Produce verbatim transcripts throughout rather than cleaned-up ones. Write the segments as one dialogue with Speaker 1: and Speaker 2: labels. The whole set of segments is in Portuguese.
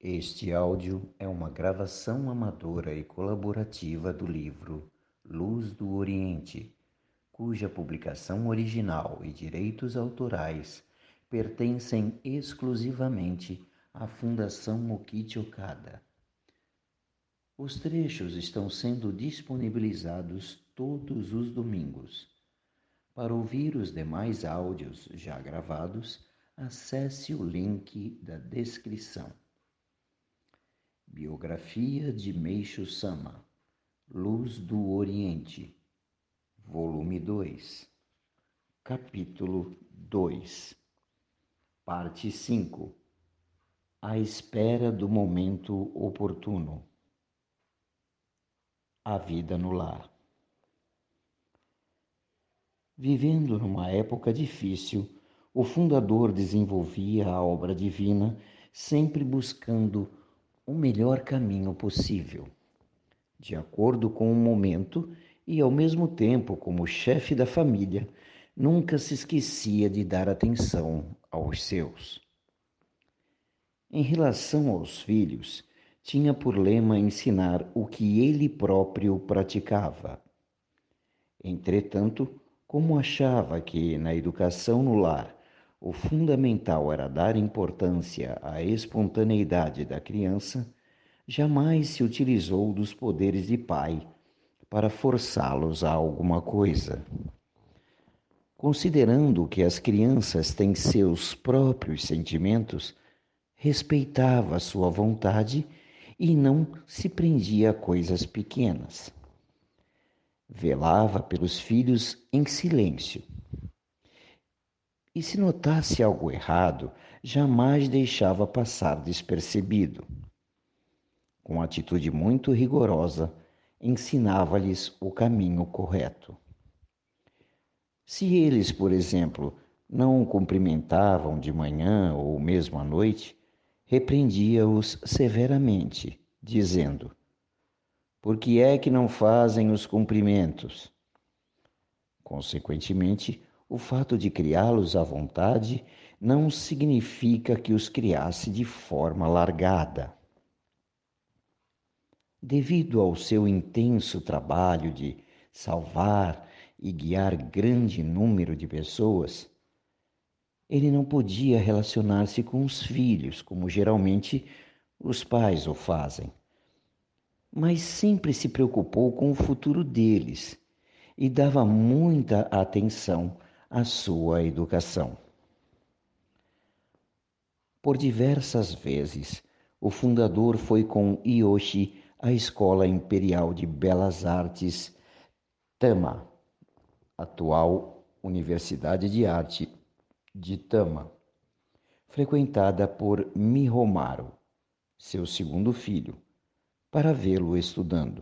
Speaker 1: Este áudio é uma gravação amadora e colaborativa do livro Luz do Oriente, cuja publicação original e direitos autorais pertencem exclusivamente à Fundação Mokichi Okada. Os trechos estão sendo disponibilizados todos os domingos. Para ouvir os demais áudios já gravados, acesse o link da descrição. Biografia de Meishu Sama, Luz do Oriente, volume dois, capítulo dois, parte cinco. À espera do momento oportuno. A vida no lar. Vivendo numa época difícil, o fundador desenvolvia a obra divina, sempre buscando o melhor caminho possível, de acordo com o momento e, ao mesmo tempo, como chefe da família, nunca se esquecia de dar atenção aos seus. Em relação aos filhos, tinha por lema ensinar o que ele próprio praticava. Entretanto, como achava que na educação no lar o fundamental era dar importância à espontaneidade da criança, jamais se utilizou dos poderes de pai para forçá-los a alguma coisa. Considerando que as crianças têm seus próprios sentimentos, respeitava sua vontade e não se prendia a coisas pequenas. Velava pelos filhos em silêncio. E se notasse algo errado, jamais deixava passar despercebido. Com atitude muito rigorosa, ensinava-lhes o caminho correto. Se eles, por exemplo, não o cumprimentavam de manhã ou mesmo à noite, repreendia-os severamente, dizendo: "Por que é que não fazem os cumprimentos?" Consequentemente, o fato de criá-los à vontade não significa que os criasse de forma largada. Devido ao seu intenso trabalho de salvar e guiar grande número de pessoas, ele não podia relacionar-se com os filhos como geralmente os pais o fazem, mas sempre se preocupou com o futuro deles e dava muita atenção à sua educação. Por diversas vezes, o fundador foi com Hiyoshi à Escola Imperial de Belas Artes Tama, atual Universidade de Arte de Tama, frequentada por Mihomaru, seu segundo filho, para vê-lo estudando.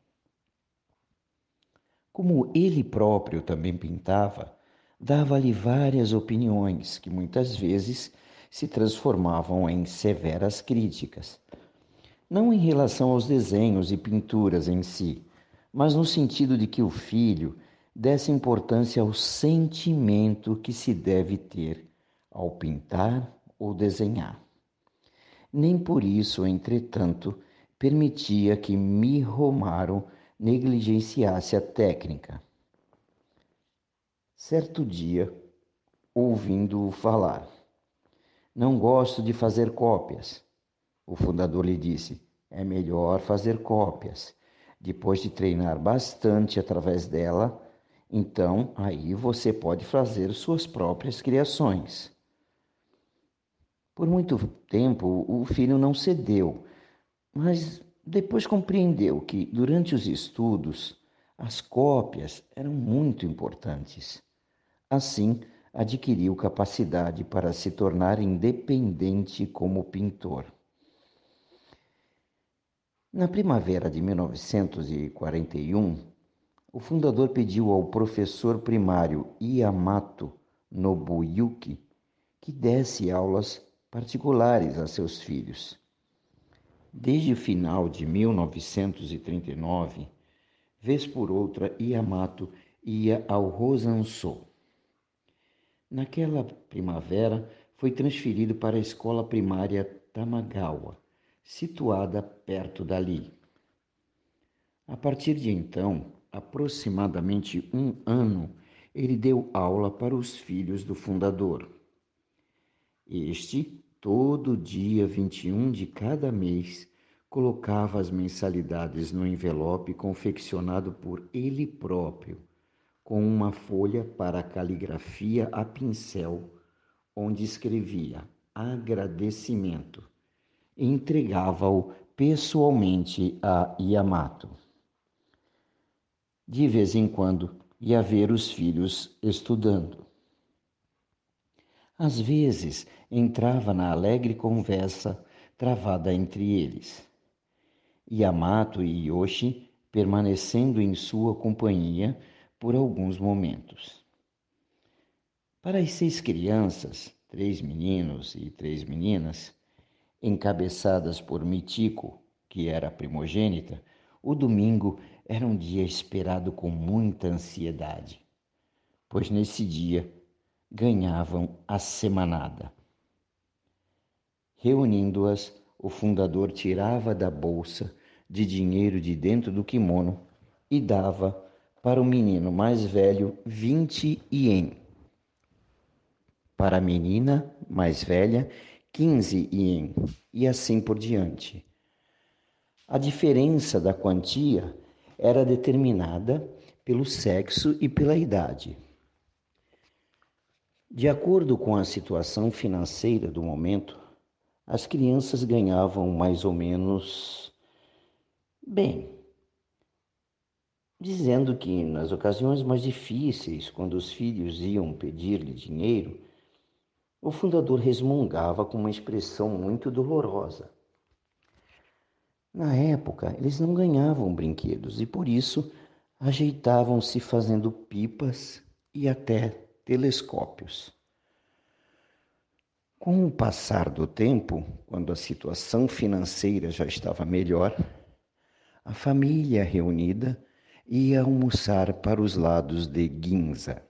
Speaker 1: Como ele próprio também pintava, dava-lhe várias opiniões que muitas vezes se transformavam em severas críticas, não em relação aos desenhos e pinturas em si, mas no sentido de que o filho desse importância ao sentimento que se deve ter ao pintar ou desenhar. Nem por isso, entretanto, permitia que Mihomaru negligenciasse a técnica. Certo dia, ouvindo-o falar: "Não gosto de fazer cópias." O fundador lhe disse: "É melhor fazer cópias. Depois de treinar bastante através dela, então aí você pode fazer suas próprias criações." Por muito tempo, o filho não cedeu, mas depois compreendeu que, durante os estudos, as cópias eram muito importantes. Assim, adquiriu capacidade para se tornar independente como pintor. Na primavera de mil novecentos e quarenta e um, o fundador pediu ao professor primário Yamato Nobuyuki que desse aulas particulares a seus filhos. Desde o final de mil novecentos e trinta e nove, vez por outra, Yamato ia ao Rosansou. Naquela primavera, foi transferido para a escola primária Tamagawa, situada perto dali. A partir de então, aproximadamente um ano, ele deu aula para os filhos do fundador. Este, todo dia vinte e um de cada mês, colocava as mensalidades no envelope confeccionado por ele próprio, com uma folha para caligrafia a pincel, onde escrevia agradecimento e entregava-o pessoalmente a Yamato. De vez em quando, ia ver os filhos estudando. Às vezes, entrava na alegre conversa travada entre eles. Yamato e Yoshi permanecendo em sua companhia por alguns momentos. Para as seis crianças, três meninos e três meninas, encabeçadas por Michiko, que era a primogênita, o domingo era um dia esperado com muita ansiedade, pois nesse dia ganhavam a semanada. Reunindo-as, o fundador tirava da bolsa de dinheiro de dentro do kimono e dava para o menino mais velho vinte ien, para a menina mais velha quinze ien, e assim por diante. A diferença da quantia era determinada pelo sexo e pela idade. De acordo com a situação financeira do momento, as crianças ganhavam mais ou menos bem, dizendo que nas ocasiões mais difíceis, quando os filhos iam pedir-lhe dinheiro, o fundador resmungava com uma expressão muito dolorosa. Na época, eles não ganhavam brinquedos e por isso ajeitavam-se fazendo pipas e até telescópios. Com o passar do tempo, quando a situação financeira já estava melhor, a família reunida ia almoçar para os lados de Ginza.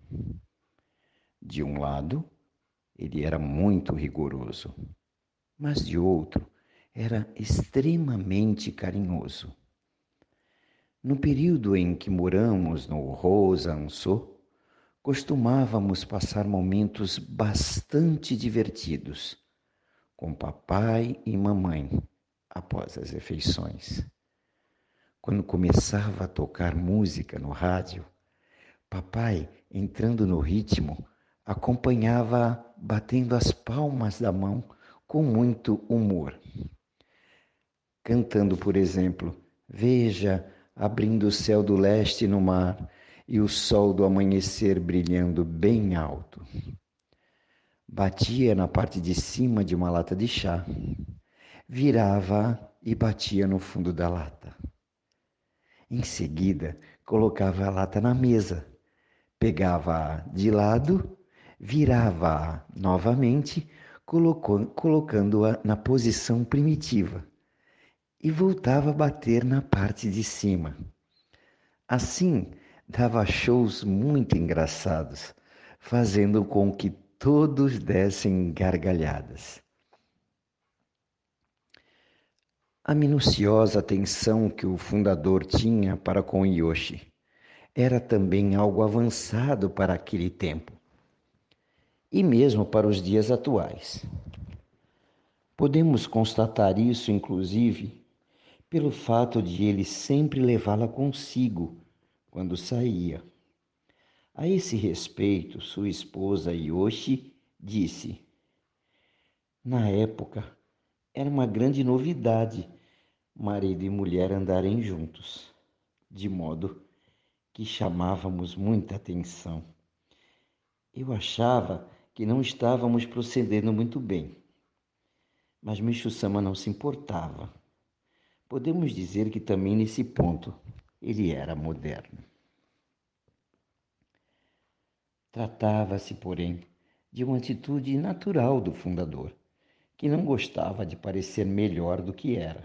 Speaker 1: De um lado, ele era muito rigoroso, mas de outro, era extremamente carinhoso. No período em que moramos no Rosançô, costumávamos passar momentos bastante divertidos com papai e mamãe após as refeições. Quando começava a tocar música no rádio, papai, entrando no ritmo, acompanhava batendo as palmas da mão com muito humor. Cantando, por exemplo, veja, abrindo o céu do leste no mar e o sol do amanhecer brilhando bem alto. Batia na parte de cima de uma lata de chá, virava e batia no fundo da lata. Em seguida, colocava a lata na mesa, pegava-a de lado, virava-a novamente, colocando-a na posição primitiva e voltava a bater na parte de cima. Assim, dava shows muito engraçados, fazendo com que todos dessem gargalhadas. A minuciosa atenção que o fundador tinha para com Yoshi era também algo avançado para aquele tempo, e mesmo para os dias atuais. Podemos constatar isso, inclusive, pelo fato de ele sempre levá-la consigo quando saía. A esse respeito, sua esposa Yoshi disse: na época, era uma grande novidade marido e mulher andarem juntos, de modo que chamávamos muita atenção. Eu achava que não estávamos procedendo muito bem, mas Micho-sama não se importava. Podemos dizer que também nesse ponto ele era moderno. Tratava-se, porém, de uma atitude natural do fundador, que não gostava de parecer melhor do que era.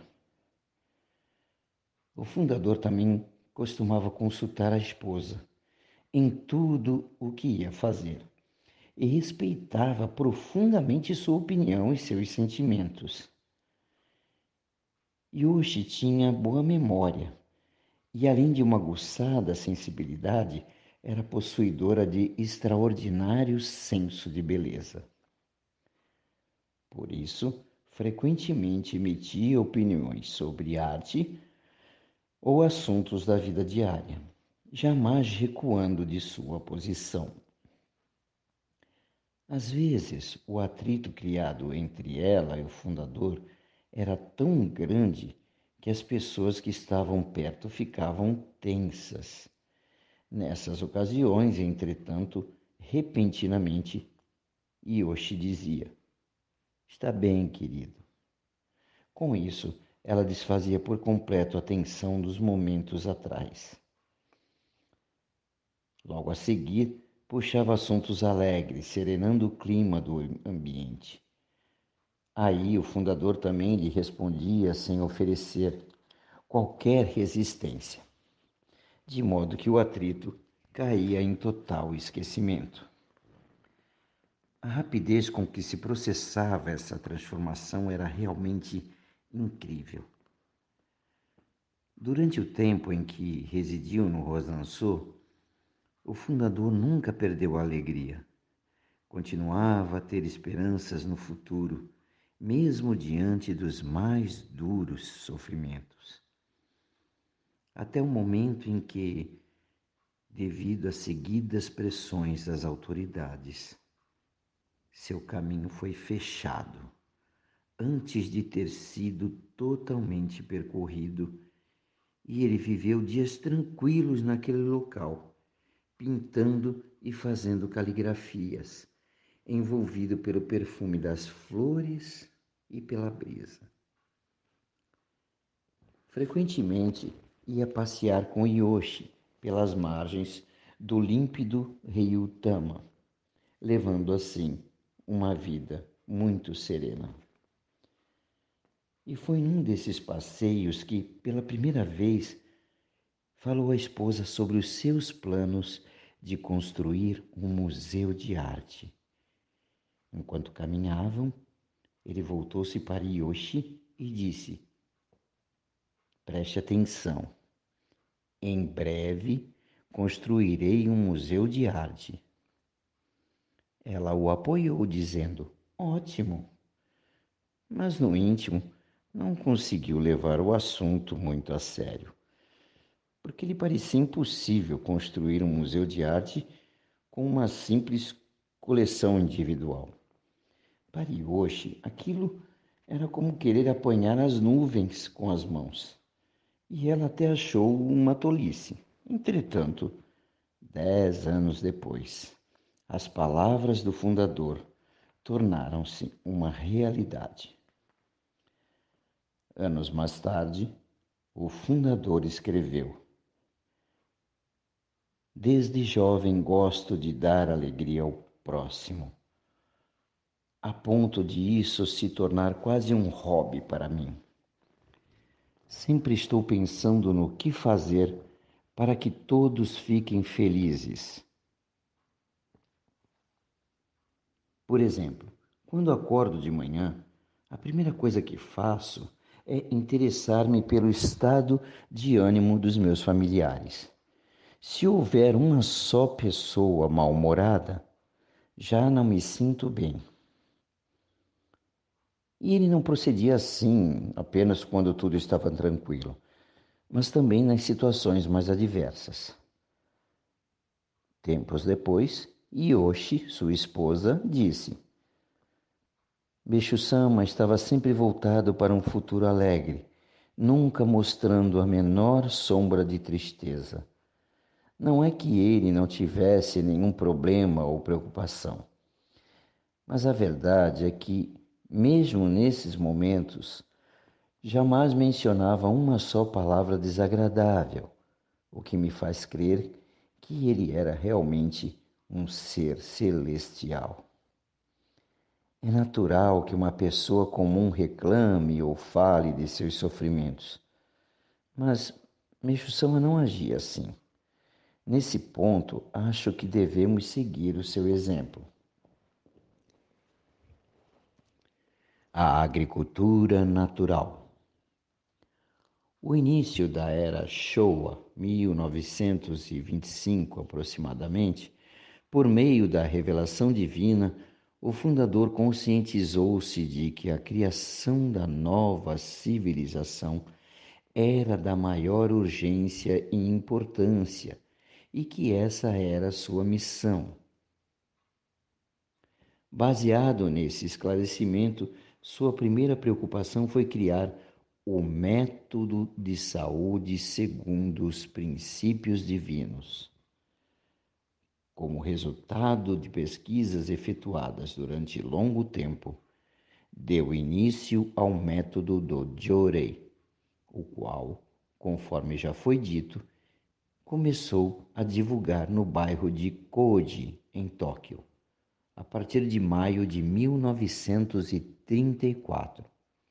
Speaker 1: O fundador também costumava consultar a esposa em tudo o que ia fazer e respeitava profundamente sua opinião e seus sentimentos. Yoshi tinha boa memória e, além de uma aguçada sensibilidade, era possuidora de extraordinário senso de beleza. Por isso, frequentemente emitia opiniões sobre arte ou assuntos da vida diária, jamais recuando de sua posição. Às vezes, o atrito criado entre ela e o fundador era tão grande que as pessoas que estavam perto ficavam tensas. Nessas ocasiões, entretanto, repentinamente, Yoshi dizia: "Está bem, querido." Com isso, ela desfazia por completo a tensão dos momentos atrás. Logo a seguir, puxava assuntos alegres, serenando o clima do ambiente. Aí o fundador também lhe respondia sem oferecer qualquer resistência, de modo que o atrito caía em total esquecimento. A rapidez com que se processava essa transformação era realmente incrível. Durante o tempo em que residiu no Rosançô, o fundador nunca perdeu a alegria. Continuava a ter esperanças no futuro, mesmo diante dos mais duros sofrimentos. Até o momento em que, devido às seguidas pressões das autoridades, seu caminho foi fechado, antes de ter sido totalmente percorrido, e ele viveu dias tranquilos naquele local, pintando e fazendo caligrafias, envolvido pelo perfume das flores e pela brisa. Frequentemente ia passear com Yoshi pelas margens do límpido rio Tama, levando assim uma vida muito serena. E foi num desses passeios que, pela primeira vez, falou à esposa sobre os seus planos de construir um museu de arte. Enquanto caminhavam, ele voltou-se para Yoshi e disse: "Preste atenção. Em breve construirei um museu de arte." Ela o apoiou, dizendo: "Ótimo." Mas no íntimo não conseguiu levar o assunto muito a sério, porque lhe parecia impossível construir um museu de arte com uma simples coleção individual. Para Yoshi, aquilo era como querer apanhar as nuvens com as mãos, e ela até achou uma tolice. Entretanto, dez anos depois, as palavras do fundador tornaram-se uma realidade. Anos mais tarde, o fundador escreveu: "Desde jovem gosto de dar alegria ao próximo, a ponto de isso se tornar quase um hobby para mim. Sempre estou pensando no que fazer para que todos fiquem felizes. Por exemplo, quando acordo de manhã, a primeira coisa que faço é interessar-me pelo estado de ânimo dos meus familiares. Se houver uma só pessoa mal-humorada, já não me sinto bem." E ele não procedia assim apenas quando tudo estava tranquilo, mas também nas situações mais adversas. Tempos depois, Yoshi, sua esposa, disse: "Beixo-sama estava sempre voltado para um futuro alegre, nunca mostrando a menor sombra de tristeza. Não é que ele não tivesse nenhum problema ou preocupação, mas a verdade é que, mesmo nesses momentos, jamais mencionava uma só palavra desagradável, o que me faz crer que ele era realmente um ser celestial. É natural que uma pessoa comum reclame ou fale de seus sofrimentos, mas Meixo-sama não agia assim. Nesse ponto, acho que devemos seguir o seu exemplo." A agricultura natural. O início da era Showa, mil novecentos e vinte e cinco aproximadamente, por meio da revelação divina, o fundador conscientizou-se de que a criação da nova civilização era da maior urgência e importância, e que essa era sua missão. Baseado nesse esclarecimento, sua primeira preocupação foi criar o método de saúde segundo os princípios divinos. Como resultado de pesquisas efetuadas durante longo tempo, deu início ao método do Jorei, o qual, conforme já foi dito, começou a divulgar no bairro de Koji, em Tóquio, a partir de maio de mil novecentos e trinta e quatro.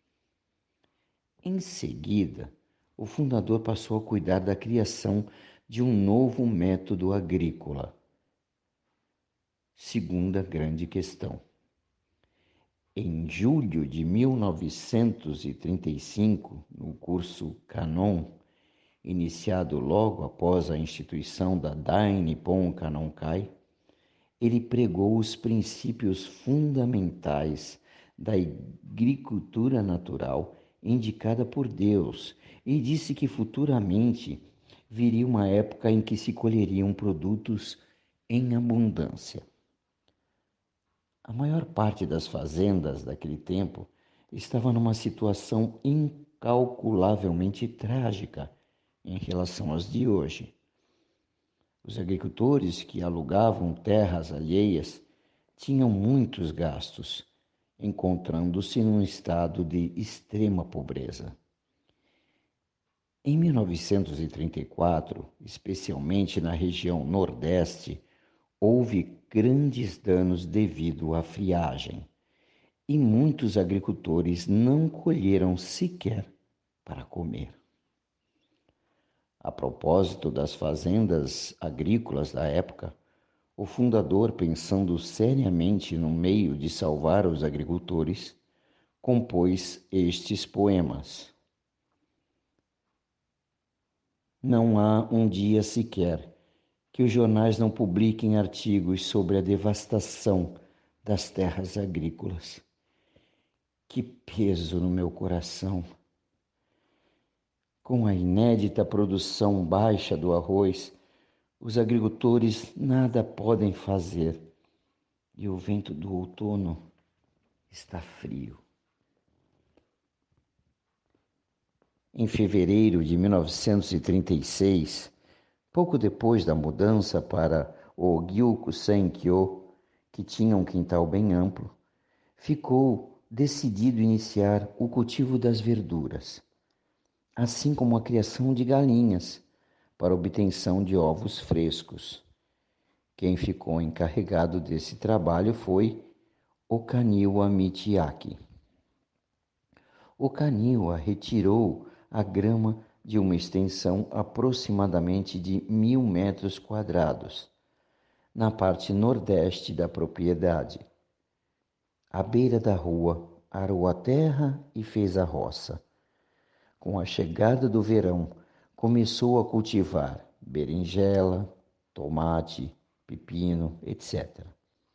Speaker 1: Em seguida, o fundador passou a cuidar da criação de um novo método agrícola. Segunda grande questão. Em julho de mil novecentos e trinta e cinco, no curso Kanon, iniciado logo após a instituição da Dai Nippon Kanonkai, ele pregou os princípios fundamentais da agricultura natural indicada por Deus e disse que futuramente viria uma época em que se colheriam produtos em abundância. A maior parte das fazendas daquele tempo estava numa situação incalculavelmente trágica em relação às de hoje. Os agricultores que alugavam terras alheias tinham muitos gastos, encontrando-se num estado de extrema pobreza. Em mil novecentos e trinta e quatro, especialmente na região Nordeste, houve grandes danos devido à friagem, e muitos agricultores não colheram sequer para comer. A propósito das fazendas agrícolas da época, o fundador, pensando seriamente no meio de salvar os agricultores, compôs estes poemas. Não há um dia sequer que os jornais não publiquem artigos sobre a devastação das terras agrícolas. Que peso no meu coração! Com a inédita produção baixa do arroz, os agricultores nada podem fazer e o vento do outono está frio. Em fevereiro de mil novecentos e trinta e seis, pouco depois da mudança para o Gyukusen-kyo, que tinha um quintal bem amplo, ficou decidido iniciar o cultivo das verduras, assim como a criação de galinhas para obtenção de ovos frescos. Quem ficou encarregado desse trabalho foi Okaniwa Michiaki. Okaniwa retirou a grama de uma extensão aproximadamente de mil metros quadrados, na parte nordeste da propriedade. À beira da rua, arou a terra e fez a roça. Com a chegada do verão, começou a cultivar berinjela, tomate, pepino, etcétera.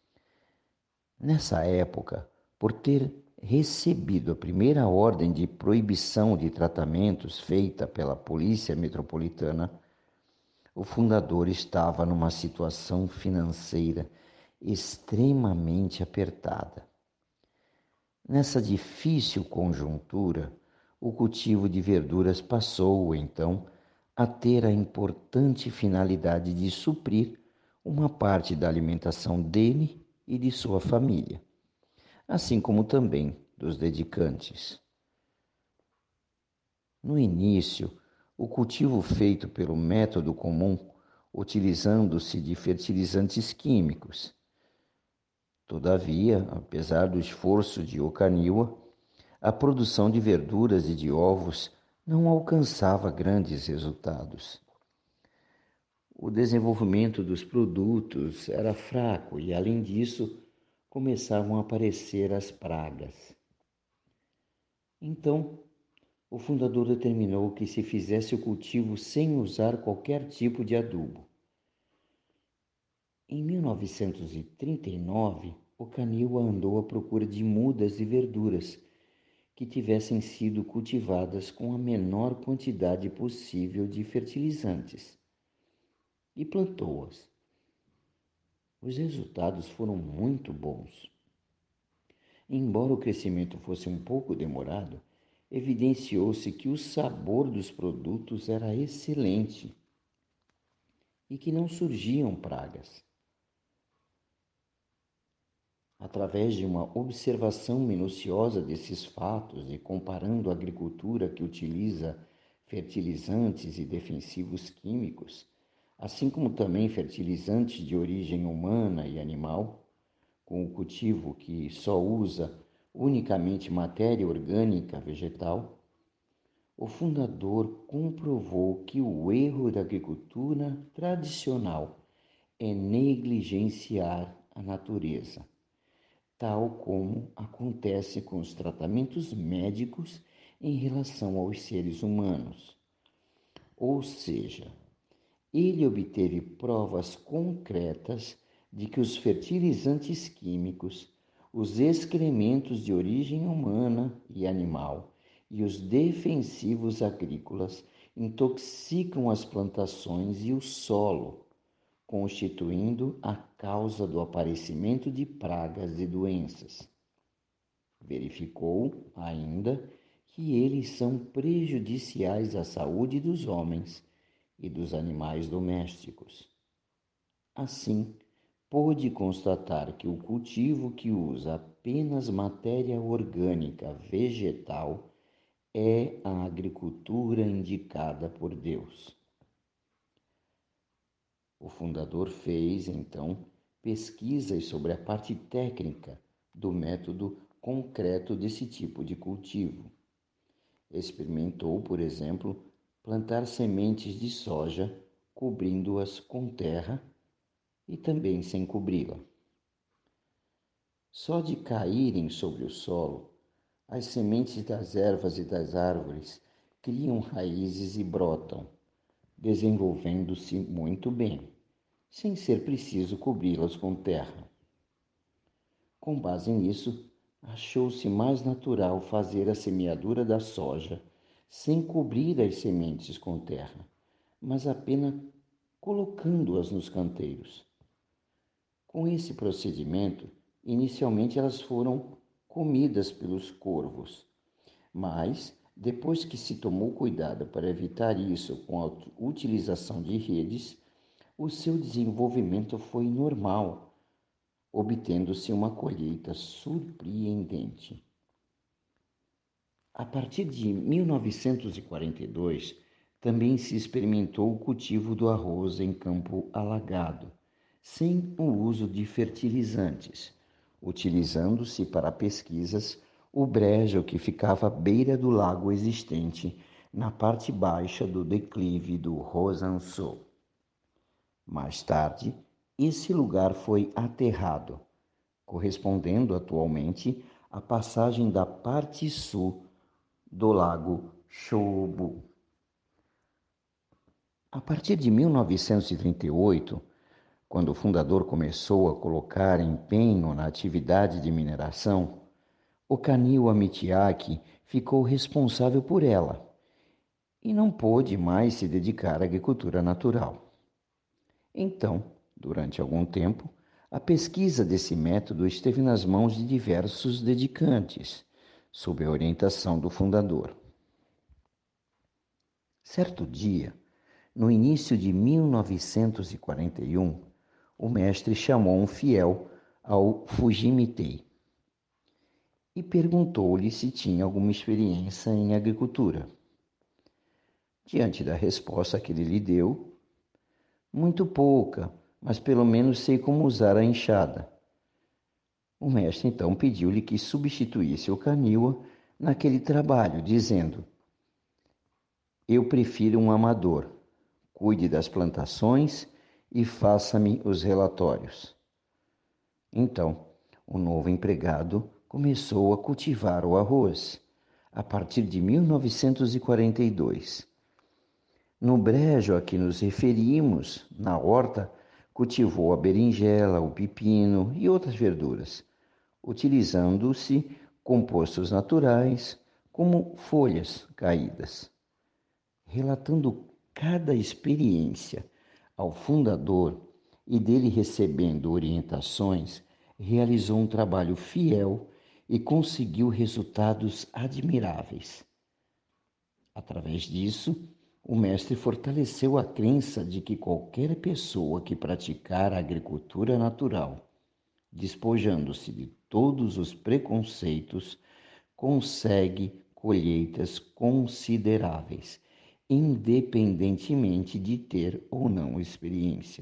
Speaker 1: Nessa época, por ter recebido a primeira ordem de proibição de tratamentos feita pela Polícia Metropolitana, o fundador estava numa situação financeira extremamente apertada. Nessa difícil conjuntura, o cultivo de verduras passou, então, a ter a importante finalidade de suprir uma parte da alimentação dele e de sua família, assim como também dos dedicantes. No início, o cultivo feito pelo método comum, utilizando-se de fertilizantes químicos. Todavia, apesar do esforço de Okaniwa, a produção de verduras e de ovos não alcançava grandes resultados. O desenvolvimento dos produtos era fraco e, além disso, começavam a aparecer as pragas. Então, o fundador determinou que se fizesse o cultivo sem usar qualquer tipo de adubo. Em mil novecentos e trinta e nove, o Kaniwa andou à procura de mudas e verduras que tivessem sido cultivadas com a menor quantidade possível de fertilizantes e plantou-as. Os resultados foram muito bons. Embora o crescimento fosse um pouco demorado, evidenciou-se que o sabor dos produtos era excelente e que não surgiam pragas. Através de uma observação minuciosa desses fatos e comparando a agricultura que utiliza fertilizantes e defensivos químicos, assim como também fertilizantes de origem humana e animal, com o cultivo que só usa unicamente matéria orgânica vegetal, o fundador comprovou que o erro da agricultura tradicional é negligenciar a natureza, tal como acontece com os tratamentos médicos em relação aos seres humanos. Ou seja, ele obteve provas concretas de que os fertilizantes químicos, os excrementos de origem humana e animal e os defensivos agrícolas intoxicam as plantações e o solo, constituindo a causa do aparecimento de pragas e doenças. Verificou, ainda, que eles são prejudiciais à saúde dos homens e dos animais domésticos. Assim, pôde constatar que o cultivo que usa apenas matéria orgânica vegetal é a agricultura indicada por Deus. O fundador fez, então, pesquisas sobre a parte técnica do método concreto desse tipo de cultivo. Experimentou, por exemplo, plantar sementes de soja, cobrindo-as com terra e também sem cobri-la. Só de caírem sobre o solo, as sementes das ervas e das árvores criam raízes e brotam, desenvolvendo-se muito bem, sem ser preciso cobri-las com terra. Com base nisso, achou-se mais natural fazer a semeadura da soja sem cobrir as sementes com terra, mas apenas colocando-as nos canteiros. Com esse procedimento, inicialmente elas foram comidas pelos corvos, mas depois que se tomou cuidado para evitar isso com a utilização de redes, o seu desenvolvimento foi normal, obtendo-se uma colheita surpreendente. A partir de mil novecentos e quarenta e dois, também se experimentou o cultivo do arroz em campo alagado, sem o uso de fertilizantes, utilizando-se para pesquisas o brejo que ficava à beira do lago existente na parte baixa do declive do Rosançou. Mais tarde, esse lugar foi aterrado, correspondendo atualmente à passagem da parte sul do lago Chobu. A partir de mil novecentos e trinta e oito, quando o fundador começou a colocar empenho na atividade de mineração, o Kaniwa Mitiaki ficou responsável por ela e não pôde mais se dedicar à agricultura natural. Então, durante algum tempo, a pesquisa desse método esteve nas mãos de diversos dedicantes, sob a orientação do fundador. Certo dia, no início de mil novecentos e quarenta e um, o mestre chamou um fiel ao Fujimitei e perguntou-lhe se tinha alguma experiência em agricultura. Diante da resposta que ele lhe deu, muito pouca, mas pelo menos sei como usar a enxada. O mestre então pediu-lhe que substituísse o Kaniwa naquele trabalho, dizendo: eu prefiro um amador, cuide das plantações e faça-me os relatórios. Então, o novo empregado começou a cultivar o arroz, a partir de mil novecentos e quarenta e dois. No brejo a que nos referimos, na horta, cultivou a berinjela, o pepino e outras verduras, utilizando-se compostos naturais como folhas caídas. Relatando cada experiência ao fundador e dele recebendo orientações, realizou um trabalho fiel e conseguiu resultados admiráveis. Através disso, o mestre fortaleceu a crença de que qualquer pessoa que praticar a agricultura natural, despojando-se de todos os preconceitos, consegue colheitas consideráveis, independentemente de ter ou não experiência.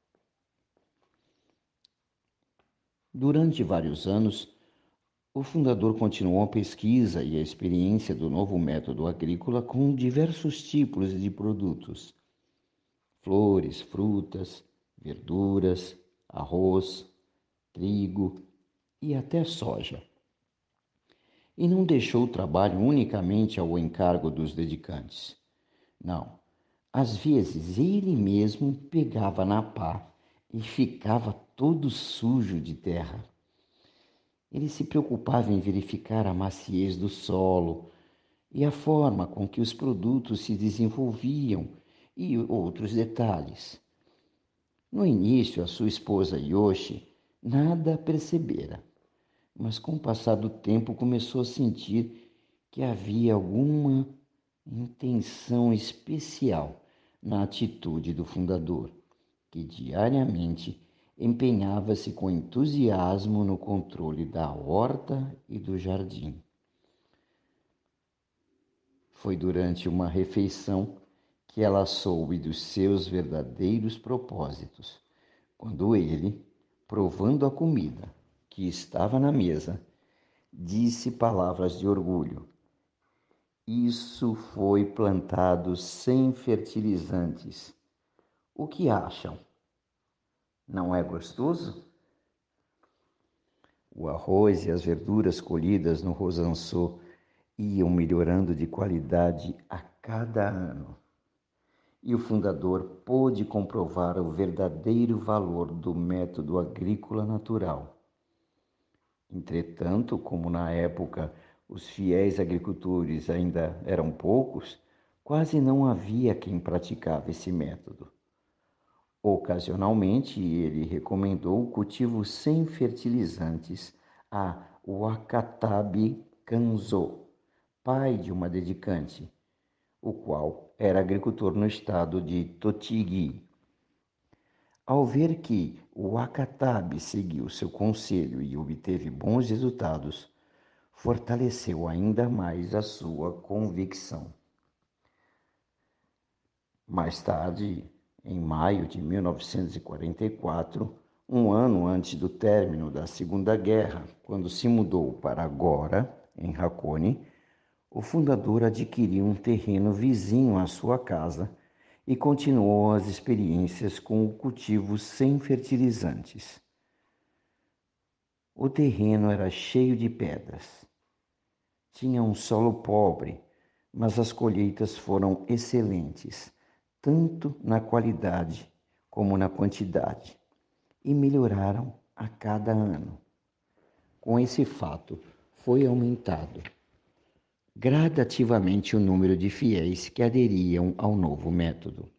Speaker 1: Durante vários anos, o fundador continuou a pesquisa e a experiência do novo método agrícola com diversos tipos de produtos: flores, frutas, verduras, arroz, trigo e até soja. E não deixou o trabalho unicamente ao encargo dos dedicantes. Não, às vezes ele mesmo pegava na pá e ficava todo sujo de terra. Ele se preocupava em verificar a maciez do solo e a forma com que os produtos se desenvolviam e outros detalhes. No início, a sua esposa Yoshi nada percebera, mas com o passar do tempo começou a sentir que havia alguma intenção especial na atitude do fundador, que diariamente empenhava-se com entusiasmo no controle da horta e do jardim. Foi durante uma refeição que ela soube dos seus verdadeiros propósitos, quando ele, provando a comida que estava na mesa, disse palavras de orgulho: "Isso foi plantado sem fertilizantes. O que acham? Não é gostoso?" O arroz e as verduras colhidas no Rosançô iam melhorando de qualidade a cada ano. E o fundador pôde comprovar o verdadeiro valor do método agrícola natural. Entretanto, como na época os fiéis agricultores ainda eram poucos, quase não havia quem praticava esse método. Ocasionalmente, ele recomendou o cultivo sem fertilizantes a Wakatabe Kanzo, pai de uma dedicante, o qual era agricultor no estado de Tochigi. Ao ver que o Wakatabe seguiu seu conselho e obteve bons resultados, fortaleceu ainda mais a sua convicção. Mais tarde, em maio de mil novecentos e quarenta e quatro, um ano antes do término da Segunda Guerra, quando se mudou para Gora, em Hakone, o fundador adquiriu um terreno vizinho à sua casa e continuou as experiências com o cultivo sem fertilizantes. O terreno era cheio de pedras. Tinha um solo pobre, mas as colheitas foram excelentes, tanto na qualidade como na quantidade, e melhoraram a cada ano. Com esse fato, foi aumentado gradativamente o número de fiéis que aderiam ao novo método.